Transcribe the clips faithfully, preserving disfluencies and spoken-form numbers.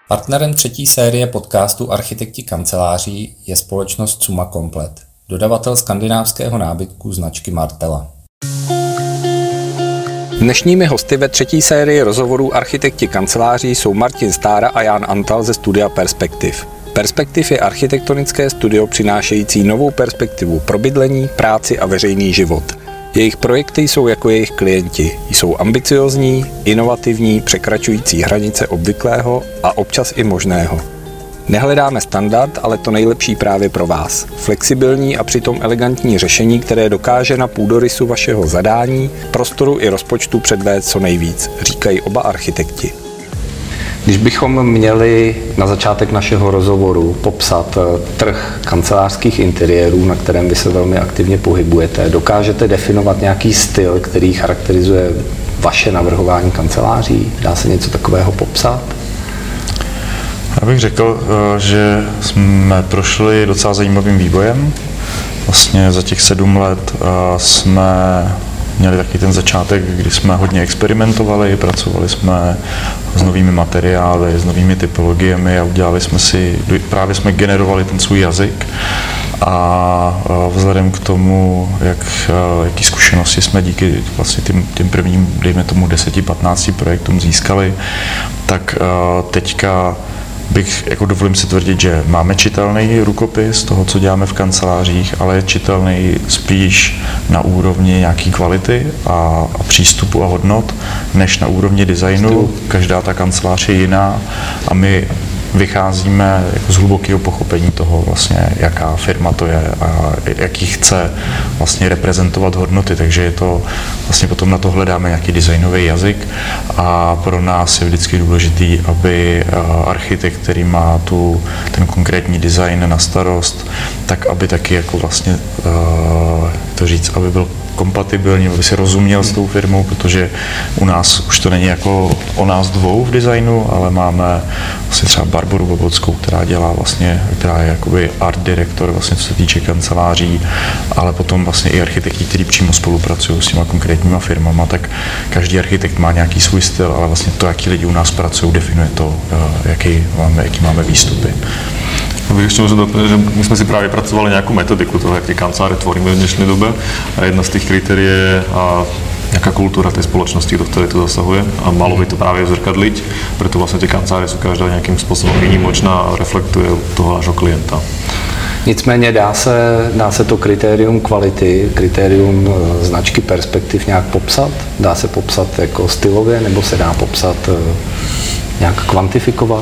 Partnerem třetí série podcastu Architekti kanceláří je společnost Summa Komplet, dodavatel skandinávského nábytku značky Martela. Dnešními hosty ve třetí sérii rozhovorů Architekti kanceláří jsou Martin Stára a Jan Antal ze studia Perspektiv. Perspektiv je architektonické studio přinášející novou perspektivu pro bydlení, práci a veřejný život. Jejich projekty jsou jako jejich klienti. Jsou ambiciozní, inovativní, překračující hranice obvyklého a občas i možného. Nehledáme standard, ale to nejlepší právě pro vás. Flexibilní a přitom elegantní řešení, které dokáže na půdorysu vašeho zadání, prostoru i rozpočtu předvést co nejvíc, říkají oba architekti. Když bychom měli na začátek našeho rozhovoru popsat trh kancelářských interiérů, na kterém vy se velmi aktivně pohybujete, dokážete definovat nějaký styl, který charakterizuje vaše navrhování kanceláří? Dá se něco takového popsat? Já bych řekl, že jsme prošli docela zajímavým vývojem. Vlastně za těch sedm let jsme měli taky ten začátek, kdy jsme hodně experimentovali, pracovali jsme s novými materiály, s novými typologiemi a udělali jsme si, právě jsme generovali ten svůj jazyk a vzhledem k tomu, jak, jaký zkušenosti jsme díky vlastně tím, tím prvním, dejme tomu deseti patnácti projektům získali, tak teďka bych, jako dovolím si tvrdit, že máme čitelný rukopis toho, co děláme v kancelářích, ale je čitelný spíš na úrovni nějaký kvality a, a přístupu a hodnot, než na úrovni designu. Každá ta kancelář je jiná a my vycházíme jako z hlubokého pochopení toho, vlastně, jaká firma to je a jaký chce vlastně reprezentovat hodnoty, takže je to vlastně potom na to hledáme nějaký designový jazyk a pro nás je vždycky důležitý, aby architekt, který má tu, ten konkrétní design na starost, tak aby taky jako vlastně to říct, aby byl kompatibilní, aby si rozuměl s tou firmou, protože u nás už to není jako o nás dvou v designu, ale máme vlastně třeba Barboru Bobotskou, která dělá vlastně, která je jakoby art direktor, vlastně co se týče kanceláří, ale potom vlastně i architekti, kteří přímo spolupracují s těma konkrétníma firmama, tak každý architekt má nějaký svůj styl, ale vlastně to, jaký lidi u nás pracují, definuje to, jaký máme, jaký máme výstupy. Bych ešte možno doplnil, že my sme si práve pracovali nejakú metodiku toho, jak tie kanceláre tvoríme v dnešnej dobe a jedna z tých kritérií je a nejaká kultúra tej spoločnosti, do ktorej to zasahuje a malo by to práve zrkadliť, preto vlastne tie kanceláre sú každá nejakým spôsobom výnimočná a reflektuje toho nášho klienta. Nicméně dá se, dá se to kritérium kvality, kritérium značky Perspektiv nějak popsat? Dá se popsat jako stylově nebo se dá popsat nějak kvantifikovat?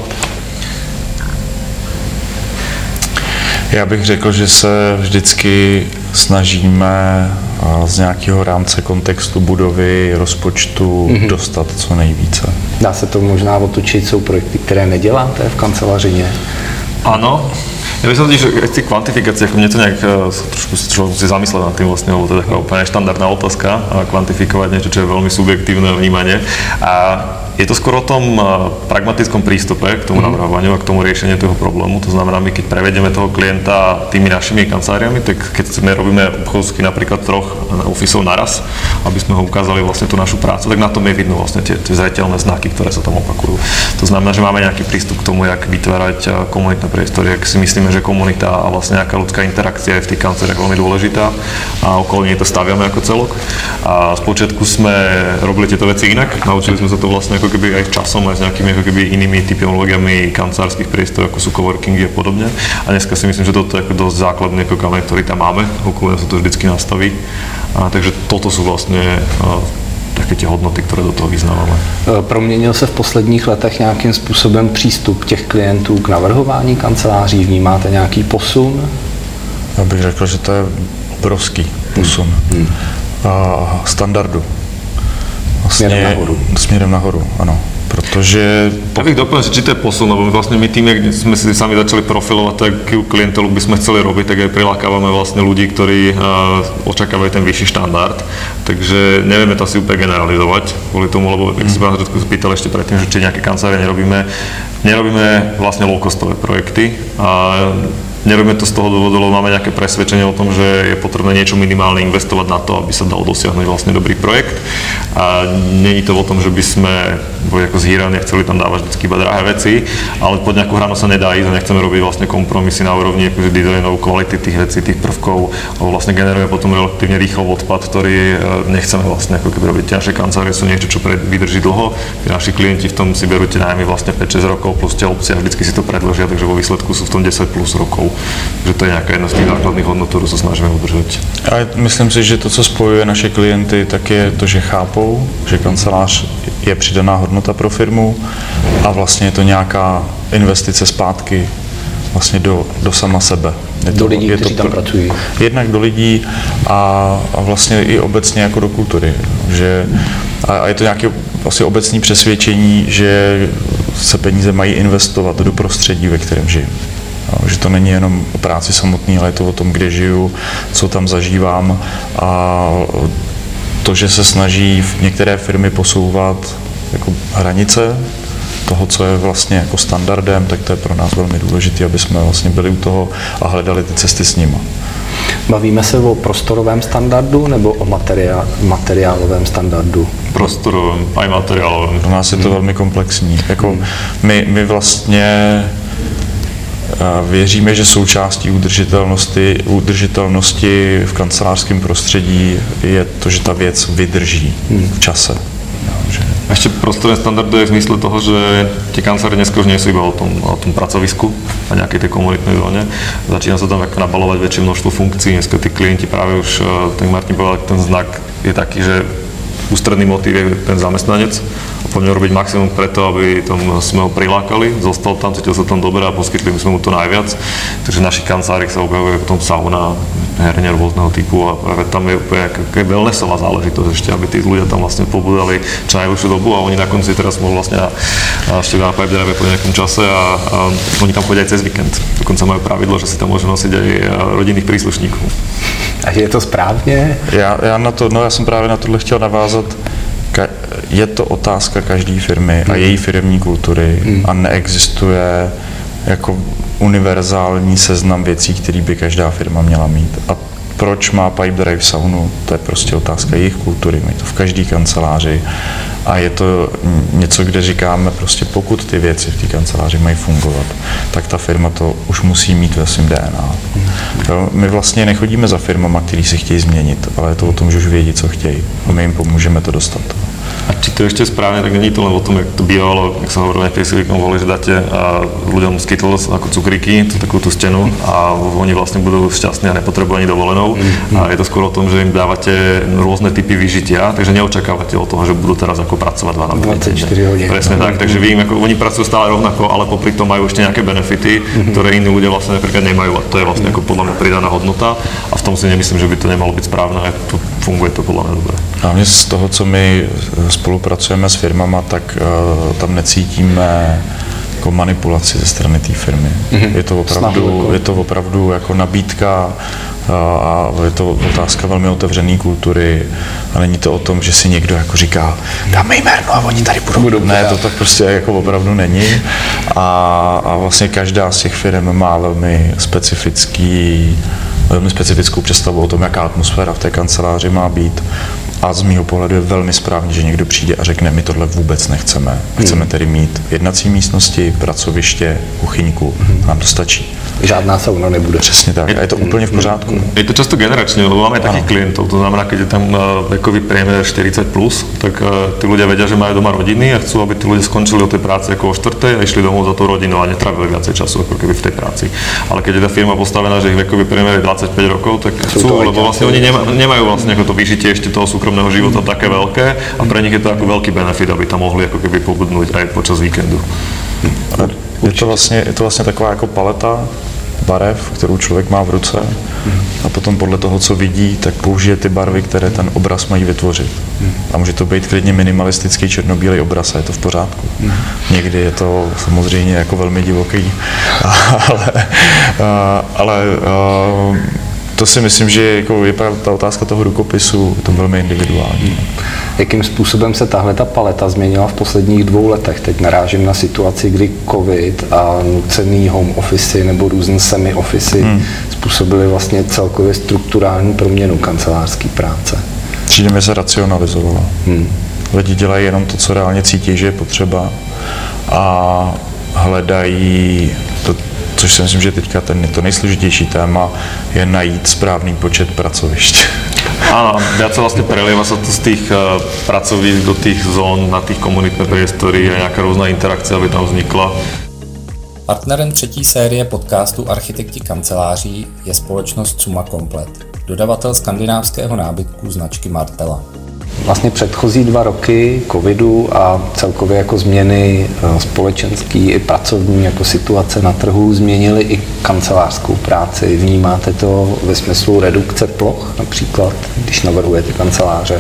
Já bych řekl, že se vždycky snažíme z nějakého rámce kontextu budovy, rozpočtu mm-hmm. dostat co nejvíce. Dá se to možná otočit, jsou projekty, které neděláte v kancelářině? Áno. Ja by som tiež, že tie kvantifikácie, ako mne to nejak trošku človek si zamyslel nad tým vlastne, lebo to je taká úplne štandardná otázka, kvantifikovať niečo, čo je veľmi subjektívne vnímanie. A je to skoro o tom pragmatickom prístupe k tomu navrhovaniu a k tomu riešeniu toho problému. To znamená, my keď prevedieme toho klienta tými našimi kanceláriami, tak keď sme robíme obchôdzky napríklad troch ofisov naraz, aby sme ho ukázali vlastne tú našu prácu, tak na tom je vidno vlastne tie, tie zreteľné znaky, ktoré sa tam opakujú. To znamená, že máme nejaký prístup k tomu, jak vytvárať komunitné priestory, jak si myslíme, že komunita a vlastne nejaká ľudská interakcia je v tých kanceláriách veľmi dôležitá a okolo nej to staviame ako celok. A spočiatku sme robili tieto veci inak, naučili sme sa to vlastne ako keby aj časom, aj s nejakými ako keby inými typológiami kancelárskych priestorov, ako sú coworkingy a podobne. A dneska si myslím, že toto je ako dosť základný ako kameň, ktorý tam máme, okolo sa to vždycky nastaví. A takže toto sú vlastne také tie hodnoty, které do toho vyznáváme. Proměnil se v posledních letech nějakým způsobem přístup těch klientů k navrhování kanceláří? Vnímáte nějaký posun? Já bych řekl, že to je obrovský posun. Hmm. A standardu. Vlastně směrem nahoru. Směrem nahoru, ano. Protože... Ja bych doplnil, že či to je posun, lebo vlastne my tým, jak sme si sami začali profilovať, takú klientelu by sme chceli robiť, tak aj prilákávame vlastne ľudí, ktorí uh, očakávajú ten vyšší štandard. Takže nevieme to asi úplne generalizovať kvôli tomu, lebo jak si pán Hrdku pýtal ešte predtým, že či nejaké kancelárie nerobíme, nerobíme vlastne low-costové projekty. A nerobíme to z toho dôvodu, lebo máme nejaké presvedčenie o tom, že je potrebné niečo minimálne investovať na to, aby sa dalo dosiahnuť vlastne dobrý projekt. A nie je to o tom, že by sme boli ako zhýraní a chceli tam dávať vždy iba drahé veci, ale pod nejakú hranu sa nedá ísť a nechceme robiť vlastne kompromisy na úrovni akože dizajnov, kvality tých vecí, tých prvkov, lebo vlastne generujeme potom relatívne rýchlo odpad, ktorý nechceme vlastne ako keby robiť. Naše kancelárie sú niečo, čo vydrží dlho. Tí naši klienti v tom si berú tie nájmy vlastne päť šesť rokov plus tie opcie a vždycky si to predložia, takže vo výsledku sú v tom desať plus rokov. Takže to je nejaká jedna z tých základných hodnot, ktorú sa snažíme udržať. A myslím si, že to, co spojuje naše klienty, tak je to, že chápou, že kancelář je přidaná hodnota pro firmu a vlastně je to nějaká investice zpátky vlastně do, do sama sebe. Je do to, lidí, je kteří to, tam pracují. Jednak do lidí a, a vlastně i obecně jako do kultury. Že, a, a je to nějaké vlastně obecné přesvědčení, že se peníze mají investovat do prostředí, ve kterém žiju. No, že to není jenom o práci samotný, ale je to o tom, kde žiju, co tam zažívám a to, že se snaží v některé firmy posouvat jako hranice toho, co je vlastně jako standardem, tak to je pro nás velmi důležité, aby jsme vlastně byli u toho a hledali ty cesty s nima. Bavíme se o prostorovém standardu nebo o materiál, materiálovém standardu? Prostorovém, aj materiálovém. Pro nás je to hmm. velmi komplexní. Jako hmm. my, my vlastně věříme, že součástí udržitelnosti, udržitelnosti v kancelářském prostředí je to, že ta věc vydrží v čase. Ešte prostorné standardy je v zmysle toho, že tie kancelárie dneska už nie sú iba o tom, o tom pracovisku a nejakej tej komunitnej zóne. Začína sa tam nabalovať väčšie množstvo funkcií. Dneska tí klienti práve už, ten Martin povedal, ten znak je taký, že ústredný motív je ten zamestnanec. Poďme robiť maximum preto, aby tam sme ho prilákali, zostal tam, cítil sa tam dobre a poskytli sme mu to najviac. Takže v našich kanceláriách sa objavuje potom sauna, herňa rôzneho typu a práve tam je úplne aká wellnessová záležitosť ešte, aby tí ľudia tam vlastne pobudali čo najlepšiu dobu a oni na konci teraz môžu vlastne ešte na Pipe Drive po nejakom čase a, a oni tam chodia aj cez víkend. Dokonca majú pravidlo, že si tam môžu nosiť aj rodinných príslušníkov. A je to správně? Já, já, na to, no já jsem právě na tohle chtěl navázat. Ka- je to otázka každé firmy a její firemní kultury a neexistuje jako univerzální seznam věcí, které by každá firma měla mít. A proč má Pipe Drive saunu, to je prostě otázka jejich kultury, mají to v každé kanceláři a je to něco, kde říkáme prostě pokud ty věci v té kanceláři mají fungovat, tak ta firma to už musí mít ve svém D N A. Jo, my vlastně nechodíme za firmama, který si chtějí změnit, ale je to o tom, že už vědí, co chtějí a my jim pomůžeme to dostat. A či to ešte správne, tak není to len o tom, jak to bývalo, jak sa hovorilo, nejaké Silicon Valley, že dáte a ľuďom Skittles ako cukríky, tú takú tú stenu a oni vlastne budú šťastní a nepotrebujú ani dovolenou. Mm. A je to skôr o tom, že im dávate rôzne typy vyžitia, takže neočakávate od toho, že budú teraz ako pracovať dvadsaťštyri hodín. Presne tak, takže vy im ako, oni pracujú stále rovnako, ale popri tom majú ešte nejaké benefity, mm. ktoré iní ľudia vlastne napríklad nemajú a to je vlastne ako podľa mňa pridaná hodnota a v tom si nemyslím, že by to nemalo byť správne a to funguje to podľa mňa dobre. Hlavně z toho, co my spolupracujeme s firmama, tak uh, tam necítíme jako manipulaci ze strany té firmy. Mm-hmm. Je to opravdu, je to opravdu jako nabídka uh, a je to otázka velmi otevřené kultury a není to o tom, že si někdo jako říká, dáme jim hernu a oni tady budou. budou ne, to tak prostě jako opravdu není a, a vlastně každá z těch firm má velmi specifický velmi specifickou představu o tom, jaká atmosféra v té kanceláři má být. A z mýho pohledu je velmi správně, že někdo přijde a řekne, my tohle vůbec nechceme. Chceme tedy mít jednací místnosti, pracoviště, kuchyňku, nám to stačí. Žádná sauna nebude. Přesně tak. A je to úplně v pořádku. Je to často generačne, lebo máme takých klientov. To znamená, keď je tam vekový priemer štyridsať plus, tak tí ľudia vedia, že majú doma rodiny a chcú, aby tí ľudia skončili od tej práce ako o štvrtej a išli domov za tú rodinu a netrávili viacej času ako keby v tej práci. Ale keď je tá firma postavená, že ich vekový priemer je dvadsaťpäť rokov, tak chcú, lebo vlastne oni nema, nemajú vlastne ako to vyžitie ešte toho súkromného života také veľké a pre nich je to ako veľký benefit, aby tam mohli ako keby pobudnúť aj počas víkendu. Je to vlastně, je to vlastně taková jako paleta barev, kterou člověk má v ruce a potom podle toho, co vidí, tak použije ty barvy, které ten obraz mají vytvořit. A může to být klidně minimalistický černobílý obraz a je to v pořádku. Někdy je to samozřejmě jako velmi divoký, ale, ale to si myslím, že jako je ta otázka toho rukopisu to velmi individuální. Jakým způsobem se tahle ta paleta změnila v posledních dvou letech? Teď narážím na situaci, kdy covid a nucený home office nebo různé semi-office hmm. způsobily vlastně celkově strukturální proměnu kancelářské práce. Přijde mi se racionalizovala. Hmm. Lidi dělají jenom to, co reálně cítí, že je potřeba a hledají to, což si myslím, že teďka ten, to nejsložitější téma je najít správný počet pracovišť. Áno, viac sa vlastne prelieva sa to z tých uh, pracovísk do tých zón, na tých komunitné priestory a nejaká rôzna interakcia by tam vznikla. Partnerem třetí série podcastu Architekti kanceláří je společnost Suma Komplet, dodavatel skandinávského nábytku značky Martela. Vlastně předchozí dva roky covidu a celkově jako změny společenský i pracovní jako situace na trhu změnily i kancelářskou práci. Vnímáte to ve smyslu redukce ploch například, když navrhujete kanceláře?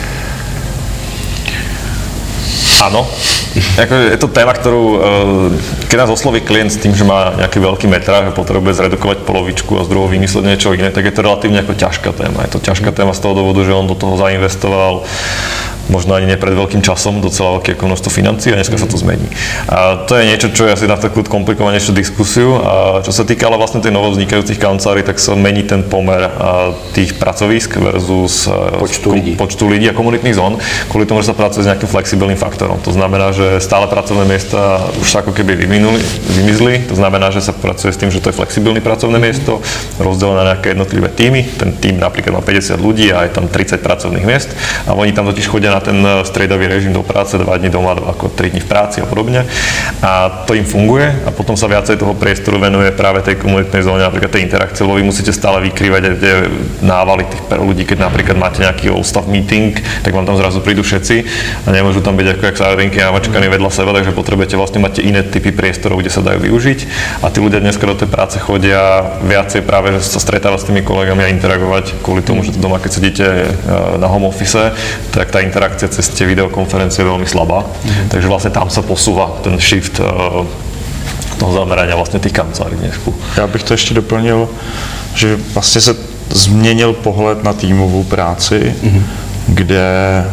Áno. Jako je to téma, ktorú, keď nás osloví klient s tým, že má nejaký veľký metrách a potrebuje zredukovať polovičku a z druhou vymyslieť niečo iné, tak je to relatívne ako ťažká téma. Je to ťažká téma z toho dôvodu, že on do toho zainvestoval možno ani nie pred veľkým časom, docela veľké ako množstvo financií a dneska sa to zmení. A to je niečo, čo je asi na takú komplikovanejšiu diskusiu. A čo sa týka ale vlastne tých novovznikajúcich kancelárií, tak sa mení ten pomer tých pracovísk versus počtu lidí. počtu lidí a komunitných zón, kvôli tomu, že sa pracuje s nejakým flexibilným faktorom. To znamená, že stále pracovné miesta už sa ako keby vyminuli, vymizli. To znamená, že sa pracuje s tým, že to je flexibilné pracovné miesto, rozdelené na nejaké jednotlivé týmy. Ten tím napríklad má päťdesiat ľudí a je tam tridsať pracovných miest a oni tam totiž chodia na ten striedavý režim do práce, dva dní doma, ako tri dní v práci a podobne. A to im funguje a potom sa viacej toho priestoru venuje práve tej komunitnej zóne, napríklad tej interakcie, lebo vy musíte stále vykrývať aj tie návaly tých ľudí, keď napríklad máte nejaký all-staff meeting, tak vám tam zrazu prídu všetci a nemôžu tam byť ako jak sárodinky namačkaní vedľa seba, takže potrebujete vlastne mať iné typy priestorov, kde sa dajú využiť. A tí ľudia dneska do tej práce chodia viacej práve, že sa stretávať s tými kolegami a interagovať kvôli tomu, že doma, keď sedíte na home office, tak tá interakcia cez tie videokonferencie je veľmi slabá. Mm-hmm. Takže vlastne tam sa posúva ten shift uh, toho zamerania vlastne tých kancelárií dnesku. Já bych to ještě doplnil, že vlastně se změnil pohled na týmovou práci, mm-hmm. kde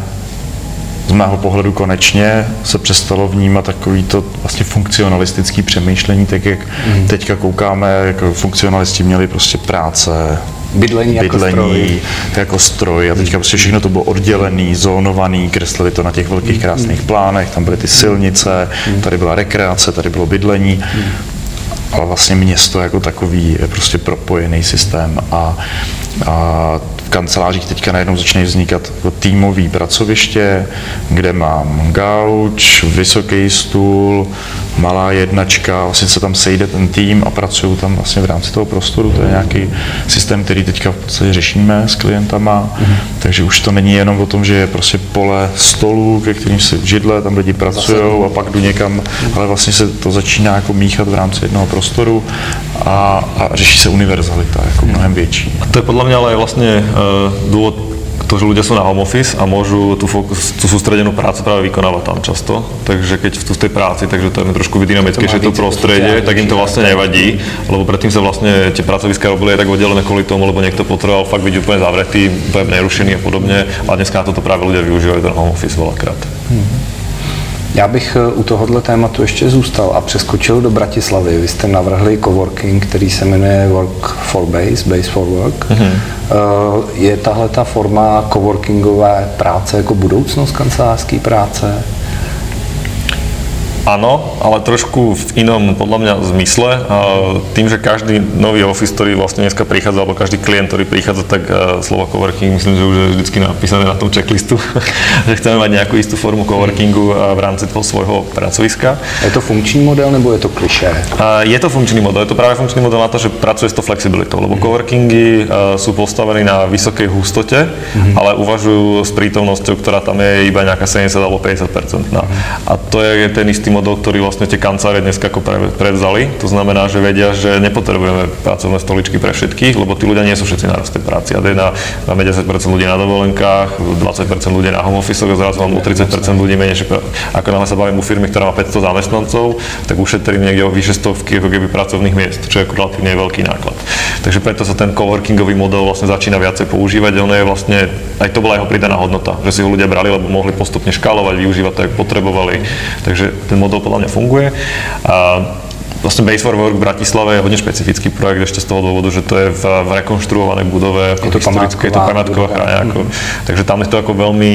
z mého pohledu konečně se přestalo vnímat takový to vlastně funkcionalistický přemýšlení, tak jak mm. teďka koukáme, jako funkcionalisti měli prostě práce, bydlení, bydlení jako stroj. jako stroj a teďka prostě všechno to bylo oddělený, zónovaný, kreslili to na těch velkých krásných plánech, tam byly ty silnice, tady byla rekreace, tady bylo bydlení. Ale vlastně město jako takový je prostě propojený systém a, a v kancelářích teďka najednou začínají vznikat jako týmový pracoviště, kde mám gauč, vysoký stůl, malá jednačka, vlastně se tam sejde ten tým a pracují tam vlastně v rámci toho prostoru. To je nějaký systém, který teďka v podstatě řešíme s klientama, mm-hmm. takže už to není jenom o tom, že je prostě pole stolů, ke kterým se židle, tam lidi pracují a pak jdu někam, ale vlastně se to začíná jako míchat v rámci jednoho prostoru a, a řeší se univerzalita jako mnohem větší. A to je podľa mňa ale vlastne uh, dôvod to, že ľudia sú na home office a môžu tú, fokus, tú sústredenú prácu práve vykonávať tam často. Takže keď sú v tej práci, takže to je trošku dynamickejšie to prostredie, tak im to vlastne nevadí, lebo predtým sa vlastne tie pracoviská robili aj tak oddelené kvôli tomu, lebo niekto potreboval fakt byť úplne zavretý, úplne nerušený a podobne. A dneska na toto práve ľudia využívajú ten home office veľakrát. Hmm. Já bych u tohohle tématu ještě zůstal a přeskočil do Bratislavy. Vy jste navrhli coworking, který se jmenuje Work for Base, Base for Work. Mm-hmm. Je tahle ta forma coworkingové práce jako budoucnost kancelářské práce? Áno, ale trošku v inom, podľa mňa, zmysle. Tým, že každý nový office, ktorý vlastne dneska prichádza, alebo každý klient, ktorý prichádza, tak slovo coworking, myslím, že už je vždycky napísané na tom checklistu, že chceme mať nejakú istú formu coworkingu v rámci toho svojho pracoviska. Je to funkčný model, nebo je to klišé? Je to funkčný model. Je to práve funkčný model na to, že pracuje s to flexibilitou, lebo coworkingy sú postavení na vysokej hustote, mm-hmm. ale uvažujú s prítomnosťou, ktorá tam je iba nejaká sedemdesiat alebo päťdesiat percent. A to je ten istý model, ktorý vlastne tie kancelárie dneska ako prevzali. To znamená, že vedia, že nepotrebujeme pracovné stoličky pre všetkých, lebo tí ľudia nie sú všetci naraz v tej práci. A na, máme desať percent ľudí na dovolenkách, dvadsať percent ľudí na home office, zrazu mám u tridsať percent ľudí menej, ako náhle sa bavím u firmy, ktorá má päťsto zamestnancov, tak ušetrím niekde o vyše stovky ako keby pracovných miest, čo je ako relatívne veľký náklad. Takže preto sa ten coworkingový model vlastne začína viacej používať. Ono je vlastne, aj to bola jeho pridaná hodnota, že si ho ľudia brali, lebo mohli postupne škálovať, využívať to, jak potrebovali. Takže ten model podľa mňa funguje. A vlastne Base for Work v Bratislave je hodne špecifický projekt ešte z toho dôvodu, že to je v, v rekonštruovanej budove, ako je to historické, je to pamiatková chráň. Ako, mm. Takže tam je to ako veľmi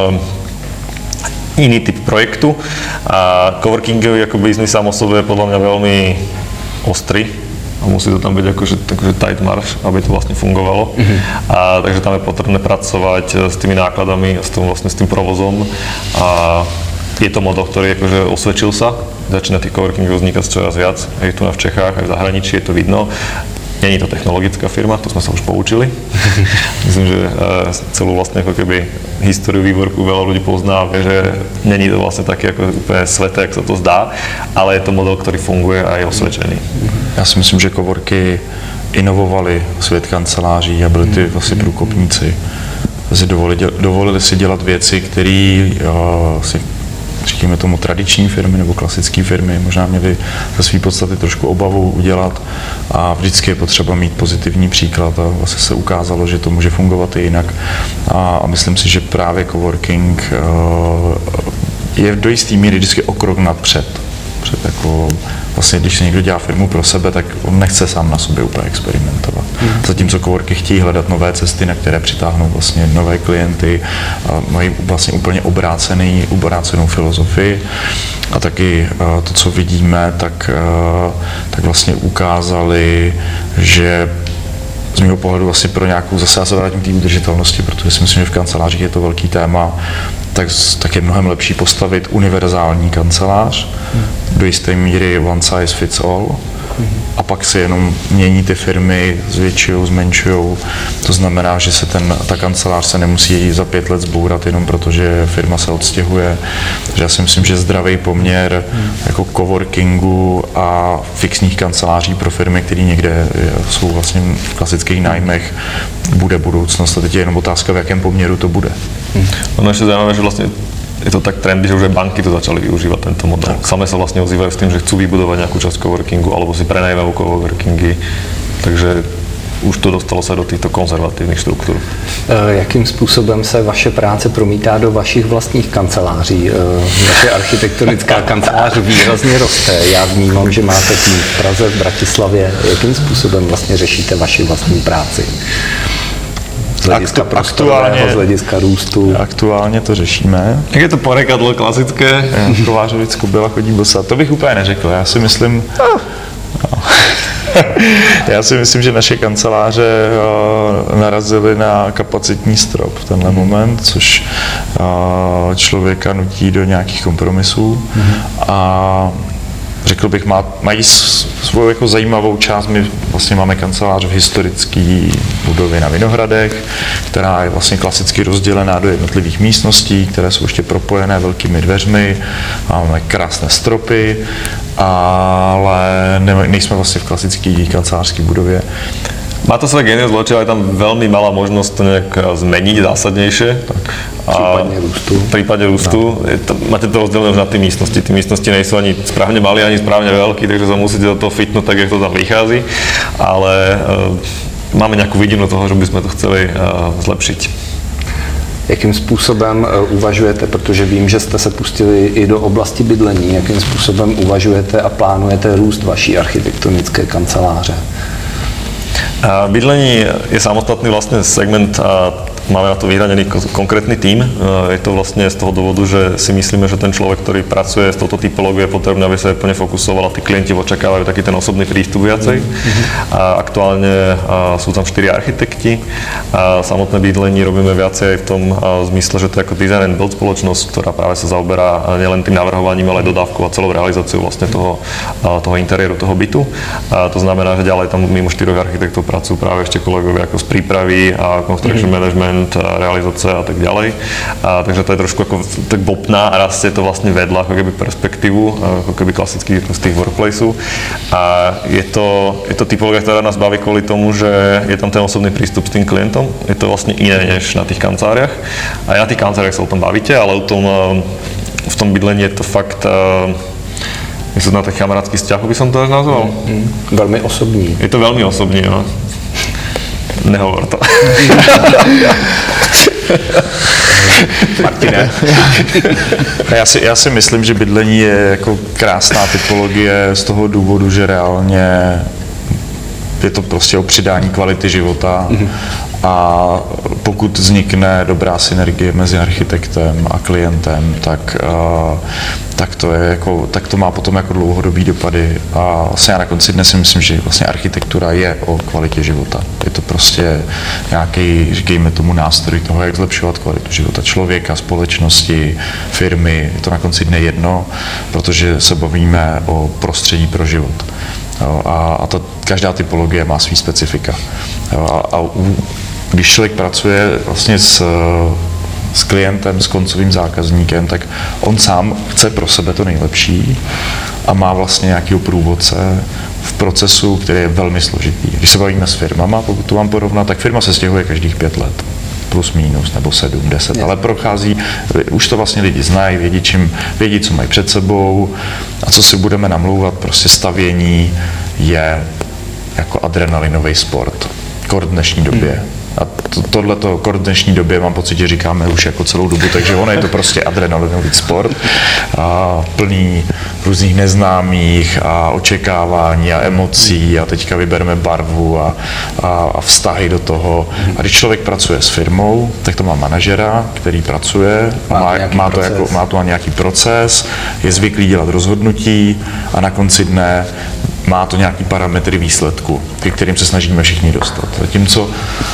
um, iný typ projektu a coworkingový ako biznis sám o sebe je podľa mňa veľmi ostrý a musí to tam byť akože, akože tight marš, aby to vlastne fungovalo. Mm-hmm. A, takže tam je potrebné pracovať s tými nákladami a s tým, vlastne s tým provozom. A je to model, ktorý akože osvedčil sa. Začína tých coworkingov vznikať čoraz viac. Aj tu na v Čechách, aj v zahraničí je to vidno. Není to technologická firma, to sme sa už poučili. Myslím, že celú vlastne ako keby históriu vývorku veľa ľudí pozná a vie, že není to vlastne také ako úplne sveté, jak sa to zdá, ale je to model, ktorý funguje a je osvedčený. Já si myslím, že coworky inovovali svět kanceláří a byli ty vlastně průkopníci. Dovolili, dovolili si dělat věci, které uh, si říkáme tomu tradiční firmy nebo klasické firmy možná měly ze své podstaty trošku obavu udělat a vždycky je potřeba mít pozitivní příklad a vlastně se ukázalo, že to může fungovat i jinak a, a myslím si, že právě coworking uh, je do jisté míry vždycky o krok napřed. Před jako, vlastně když se někdo dělá firmu pro sebe, tak on nechce sám na sobě úplně experimentovat. Mm. Zatímco coworky chtějí hledat nové cesty, na které přitáhnou vlastně nové klienty, a mají vlastně úplně obrácený, obrácenou filozofii. A taky to, co vidíme, tak, tak vlastně ukázali, že z mého pohledu vlastně pro nějakou, zase já se vrátím k té udržitelnosti, protože si myslím, že v kancelářích je to velký téma, tak, tak je mnohem lepší postavit univerzální kancelář, hmm. do jisté míry one size fits all, hmm. a pak se jenom mění ty firmy, zvětšujou, zmenšujou. To znamená, že se ten, ta kancelář se nemusí za pět let zbourat jenom proto, že firma se odstěhuje. Takže já si myslím, že zdravý poměr hmm. jako coworkingu a fixních kanceláří pro firmy, které někde jsou vlastně v klasických nájmech, bude budoucnost. A teď je jenom otázka, v jakém poměru to bude. Hmm. Ono ešte zaujímavé, že vlastne je to tak trendy, že už aj banky to začali využívať tento model. Tak. Same sa vlastne ozývajú s tým, že chcú vybudovať nejakú časť coworkingu alebo si prenajímajú coworkingy. Takže už to dostalo se do těchto konzervativních struktur. Jakým způsobem se vaše práce promítá do vašich vlastních kanceláří? Vaše architektonická kancelář výrazně roste. Já vnímám, že máte tým v Praze, v Bratislavě. Jakým způsobem vlastně řešíte vaši vlastní práci? Z hlediska prostorového, z hlediska růstu. Aktuálně to řešíme. Jak je to porekadlo klasické? Kovářovic byla chodí bosa. To bych úplně neřekl. Já si myslím... No. Já si myslím, že naše kanceláře narazily na kapacitní strop v tenhle moment, což člověka nutí do nějakých kompromisů. A řekl bych, má, mají svou jako zajímavou část. My vlastně máme kancelář v historické budově na Vinohradech, která je vlastně klasicky rozdělená do jednotlivých místností, které jsou ještě propojené velkými dveřmi. Máme krásné stropy, ale ne, nejsme vlastně v klasické kancelářské budově. Má to svoje génius, ale je tam veľmi malá možnosť to nejak zmeniť zásadnejšie. Tak. A v prípade rústu. V prípade rústu. No. To, máte to rozdelené už na tie místnosti. Tie místnosti nie sú ani správne malé, ani správne veľké, takže sa musíte do toho fitnúť tak, jak to tam vychází. Ale uh, máme nejakú vidinu toho, že by sme to chceli uh, zlepšiť. Jakým způsobem uvažujete, protože vím, že jste se pustili i do oblasti bydlení, jakým způsobem uvažujete a plánujete růst vaší architektonické kanceláře? Bydlení je samostatný vlastne segment a máme na to vyhranený konkrétny tím. Je to vlastne z toho dôvodu, že si myslíme, že ten človek, ktorý pracuje s touto typológiou, je potrebné, aby sa plne fokusoval a tí klienti očakávajú taký ten osobný prístup viacej. Mm-hmm. A aktuálne sú tam štyri architekti. A samotné bydlení robíme viacej aj v tom zmysle, že to je ako design and build spoločnosť, ktorá práve sa zaoberá nielen tým navrhovaním, ale aj dodávkou a celou realizáciou vlastne toho, toho interiéru, toho bytu. A to znamená, že ďalej tam mimo štyroch architektov pracujú práve ešte kolegovia ako z prípravy a construction mm-hmm. management, realizace a tak ďalej. A, takže to je trošku ako tak bopná a rastie to vlastne vedľa ako keby perspektívu, ako keby klasických z tých workplaceů. A je to, je to typológia, ktorá nás baví kvôli tomu, že je tam ten osobný prístup s tým klientom. Je to vlastne iné než na tých kanceláriách. A na tých kanceláriách sa o tom bavíte, ale o tom, v tom bydlení je to fakt Myslím, na tak kamarádský vzťah by som to až nazval. Mm, mm, velmi osobní. Je to velmi osobní, no. Nehovor to. Martine. já, si, já si myslím, že bydlení je jako krásná typologie z toho důvodu, že reálně je to prostě o přidání kvality života. Mm-hmm. A pokud vznikne dobrá synergie mezi architektem a klientem, tak, uh, tak, to, je jako, tak to má potom jako dlouhodobý dopady. A vlastně já na konci dne si myslím, že vlastně architektura je o kvalitě života. Je to prostě nějaký, říkejme tomu, nástroj toho, jak zlepšovat kvalitu života člověka, společnosti, firmy. Je to na konci dne jedno, protože se bavíme o prostředí pro život. Jo, a, a to, každá typologie má svý specifika. Jo, a, a u, když člověk pracuje vlastně s, s klientem, s koncovým zákazníkem, tak on sám chce pro sebe to nejlepší a má vlastně nějakého průvodce v procesu, který je velmi složitý. Když se bavíme s firmama, pokud to mám porovnat, tak firma se stěhuje každých pět let. Plus minus, nebo sedm, deset, ale prochází, už to vlastně lidi znají, vědí, čím, vědí, co mají před sebou a co si budeme namlouvat, prostě stavění je jako adrenalinový sport, kor v dnešní době. Hmm. A to, tohleto kor v dnešní době mám pocit, že říkáme už jako celou dobu, takže ono je to prostě adrenalinový sport, a plný různých neznámých a očekávání a emocí a teďka vybereme barvu a, a, a vztahy do toho. A když člověk pracuje s firmou, tak to má manažera, který pracuje, má, má, má, to, jako, má to nějaký proces, je zvyklý dělat rozhodnutí a na konci dne má to nějaký parametry výsledku, ke kterým se snažíme všichni dostat. Zatímco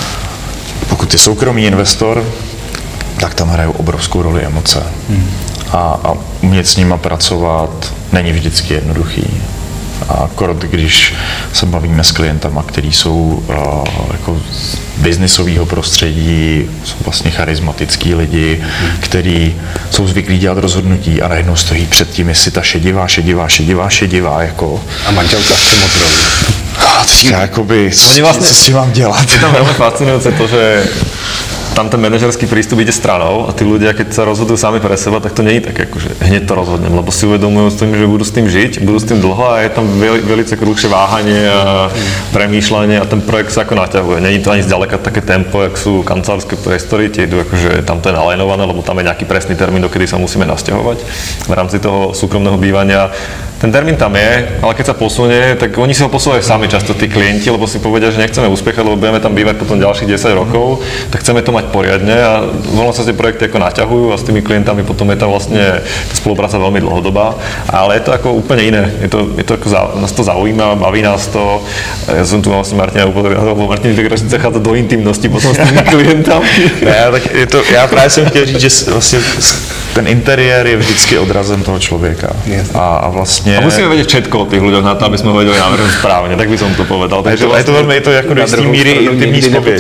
pokud je soukromý investor, tak tam hrajou obrovskou roli emoce. Hmm. A, a umět s nima pracovat není vždycky jednoduchý. A korot, když se bavíme s klientama, kteří jsou uh, jako z biznisového prostředí, jsou vlastně charismatický lidi, hmm. kteří jsou zvyklí dělat rozhodnutí a najednou stojí před tím, jestli ta šedivá, šedivá, šedivá, šedivá, jako... A manželka chce motorový. A teďka jakoby, co, vlastně, co s tím mám dělat? Je tam velmi fascinujúce to, že tam ten manažerský prístup ide stranou a tí ľudia, keď sa rozhodujú sami pre seba, tak to nie je tak, akože hneď to rozhodnem, lebo si uvedomujú s tým, že budú s tým žiť, budú s tým dlho a je tam veľ, velice krúčšie váhanie a premýšľanie a ten projekt sa ako naťahuje. Není to ani zďaleka také tempo, jak sú kancelárske priestory, tie idú akože tam to je nalajnované, lebo tam je nejaký presný termín, dokedy sa musíme nasťahovať v rámci toho súkromného bývania. Ten termín tam je, ale keď sa posunie, tak oni si ho posúvajú sami často tí klienti, lebo si povedia, že nechceme uspechať, lebo budeme tam bývať potom ďalších desať rokov, tak chceme to mať poriadne a voľno sa tie projekty ako naťahujú a s tými klientami potom je tam vlastne tá spolupráca veľmi dlhodobá, ale je to ako úplne iné. Je to, je to ako za, nás to zaujíma, baví nás to. Ja som tu vlastne Martina upozorňoval, lebo Martin tak chce chádzať do intimnosti potom s tými klientami. Ne, tak je to, já právě jsem chtěl říct, že vlastně ten interiér je vždycky odrazem toho člověka. A, a vlastně... A musíme vedieť všetko o tých ľuďoch na to, aby sme ho vedeli navrhnúť správne, tak by som to povedal. Je to, je to velmi, je to jako do jistý míry intimní spověď.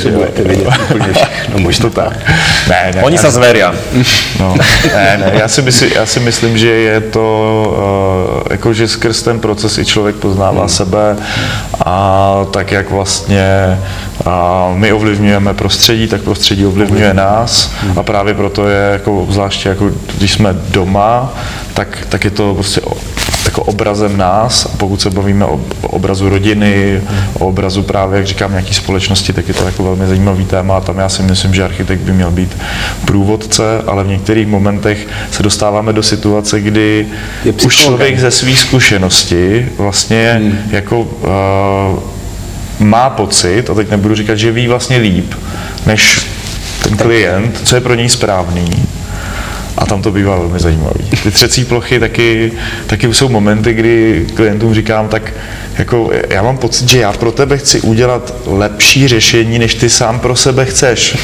No možná tak. Ne, ne, Oni sa zveria. No, ne, ne, já si, myslím, já si myslím, že je to, uh, jako že skrz ten proces i člověk poznává hmm. sebe a tak, jak vlastně uh, my ovlivňujeme prostředí, tak prostředí ovlivňuje nás hmm. a právě proto je jako zvláště, jako když jsme doma, tak, tak je to prostě jako obrazem nás a pokud se bavíme o, o obrazu rodiny, o obrazu právě, jak říkám, nějaký společnosti, tak je to jako velmi zajímavý téma a tam já si myslím, že architekt by měl být průvodce, ale v některých momentech se dostáváme do situace, kdy už člověk ze svých zkušeností vlastně hmm. jako uh, má pocit, a teď nebudu říkat, že ví vlastně líp, než ten klient, co je pro něj správný. A tam to bývá velmi zajímavý. Ty třecí plochy taky, taky jsou momenty, kdy klientům říkám, tak jako já mám pocit, že já pro tebe chci udělat lepší řešení, než ty sám pro sebe chceš.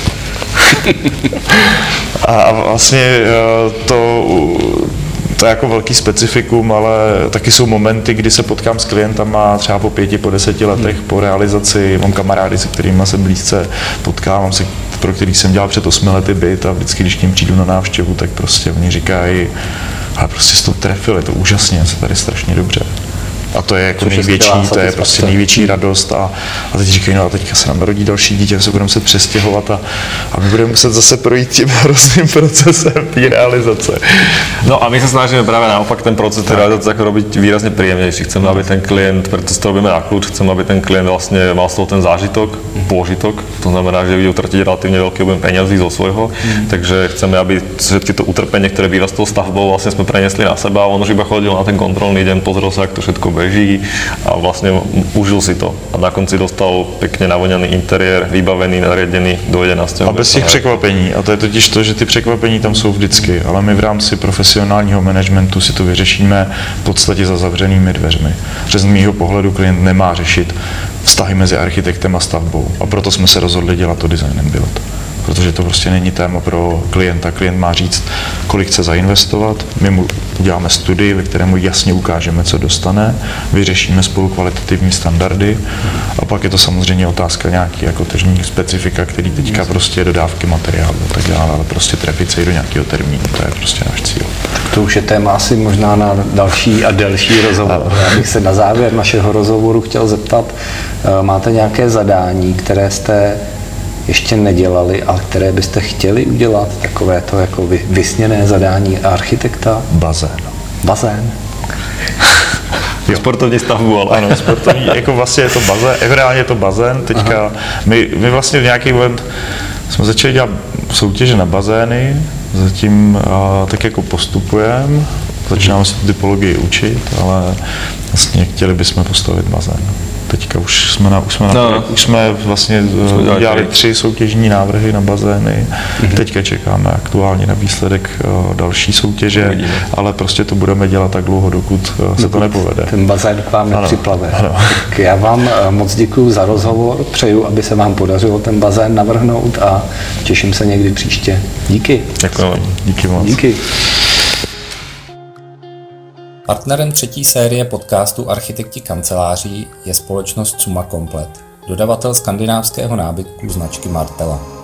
A vlastně to, to je jako velký specifikum, ale taky jsou momenty, kdy se potkám s klientama třeba po pěti, po deseti letech po realizaci. Mám kamarády, se kterými se blízce potkávám, se, pro který jsem dělal před osmi lety byt a vždycky, když k ním přijdu na návštěvu, tak prostě oni říkají, ale prostě jsi to trefil, je to úžasně, je tady strašně dobře. A to je jako Což největší, je to je prostě největší radost a, a teď říkají, no a teďka se nám narodí další dítě, se budeme muset přestěhovat a, a my budeme muset zase projít tím hrozným procesem té realizace. No a my sa snažíme práve naopak ten proces tej realizácie ako robiť výrazne príjemnejší. Chceme, aby ten klient, preto to robíme na kľúč, chceme, aby ten klient vlastne mal z toho ten zážitok, pôžitok, to znamená, že bude utratiť relatívne veľký objem peňazí zo svojho, mm. takže chceme, aby všetky to utrpenie, ktoré vyrastlo stavbou, vlastne sme prenesli na seba a on už iba chodil na ten kontrolný deň, pozrel sa, ako to všetko beží a vlastne užil si to. A na konci dostal pekne navoňaný interiér, vybavený, nariadený, dojde na stěnu. A bez těch překvapení. A to je totiž to, že ty překvapení tam jsou vždycky, ale my v rámci profesionálního managementu si to vyřešíme v podstatě za zavřenými dveřmi. Protože z mýho pohledu klient nemá řešit vztahy mezi architektem a stavbou. A proto jsme se rozhodli dělat to design and build. Protože to prostě není téma pro klienta. Klient má říct, kolik chce zainvestovat, my mu uděláme studii, ve které mu jasně ukážeme, co dostane, vyřešíme spolu kvalitativní standardy a pak je to samozřejmě otázka nějaký jako tržní specifika, který teďka prostě dodávky materiálu a tak dále, ale prostě trefit se i do nějakého termínu, to je prostě náš cíl. To už je téma asi možná na další a delší rozhovor. Já bych se na závěr našeho rozhovoru chtěl zeptat, máte nějaké zadání, které jste ještě nedělali, ale které byste chtěli udělat, takové to jako vysněné zadání architekta? Bazén. Bazén. Jo. Sportovní stavbu, ale. Ano, sportovní, jako vlastně je to bazén, reálně je to bazén, teďka my, my vlastně v nějaký moment jsme začali dělat soutěže na bazény, zatím a, tak jako postupujeme, začínáme se tu typologii učit, ale vlastně chtěli bychom postavit bazén. Teďka už jsme, na, už jsme, na, no. už jsme vlastně jsme dělali tři soutěžní návrhy na bazény. Mm-hmm. Teďka čekáme aktuálně na výsledek uh, další soutěže, Uvidíme. ale prostě to budeme dělat tak dlouho, dokud uh, se to nepovede. Ten bazén k vám nepřiplave. Ano. Tak já vám uh, moc děkuji za rozhovor, přeju, aby se vám podařilo ten bazén navrhnout a těším se někdy příště. Díky. Děkuji. Díky moc. Díky. Partnerem třetí série podcastu Architekti kanceláří je společnost Summa Komplet, dodavatel skandinávského nábytku značky Martella.